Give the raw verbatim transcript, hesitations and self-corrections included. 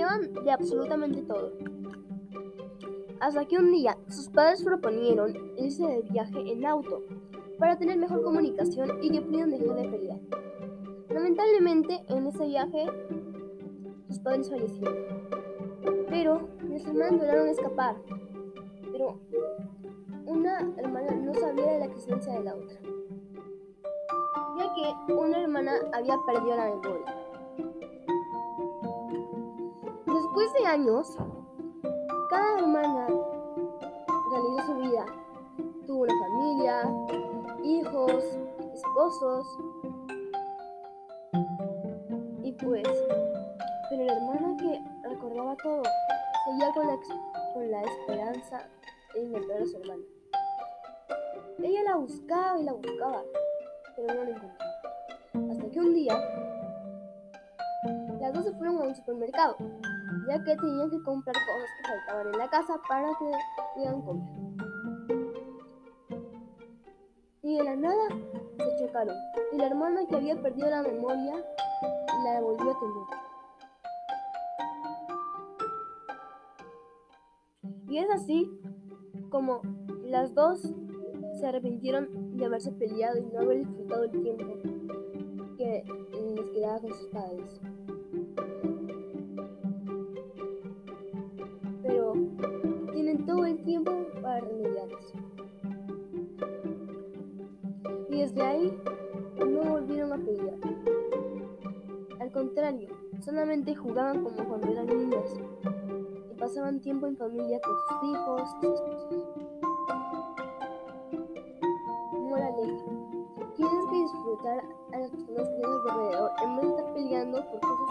peleaban de absolutamente todo. Hasta que un día sus padres proponieron irse de viaje en auto para tener mejor comunicación y que pudieran dejar de pelear. Lamentablemente, en ese viaje, sus padres fallecieron. Pero las hermanas lograron escapar. Pero una hermana no sabía de la existencia de la otra, ya que una hermana había perdido la memoria. Después de años, cada hermana realizó su vida. Tuvo una familia, hijos, esposos. Y pues, pero la hermana que recordaba todo seguía con la, con la esperanza de encontrar a su hermana. Ella la buscaba y la buscaba, pero no la encontraba. Hasta que un día, las dos se fueron a un supermercado, ya que tenían que comprar cosas que faltaban en la casa para que pudieran comer. Y de la nada se chocaron, y la hermana que había perdido la memoria la volvió a tener. Y es así como las dos se arrepintieron de haberse peleado y no haber disfrutado el tiempo que les quedaba con sus padres. Pero tienen todo el tiempo para remediar eso. Y desde ahí no volvieron a pelear. Al contrario, solamente jugaban como cuando eran niños y pasaban tiempo en familia con sus hijos y sus esposos. Moraleja: tienes que disfrutar a las personas que tienes alrededor en vez de estar peleando por cosas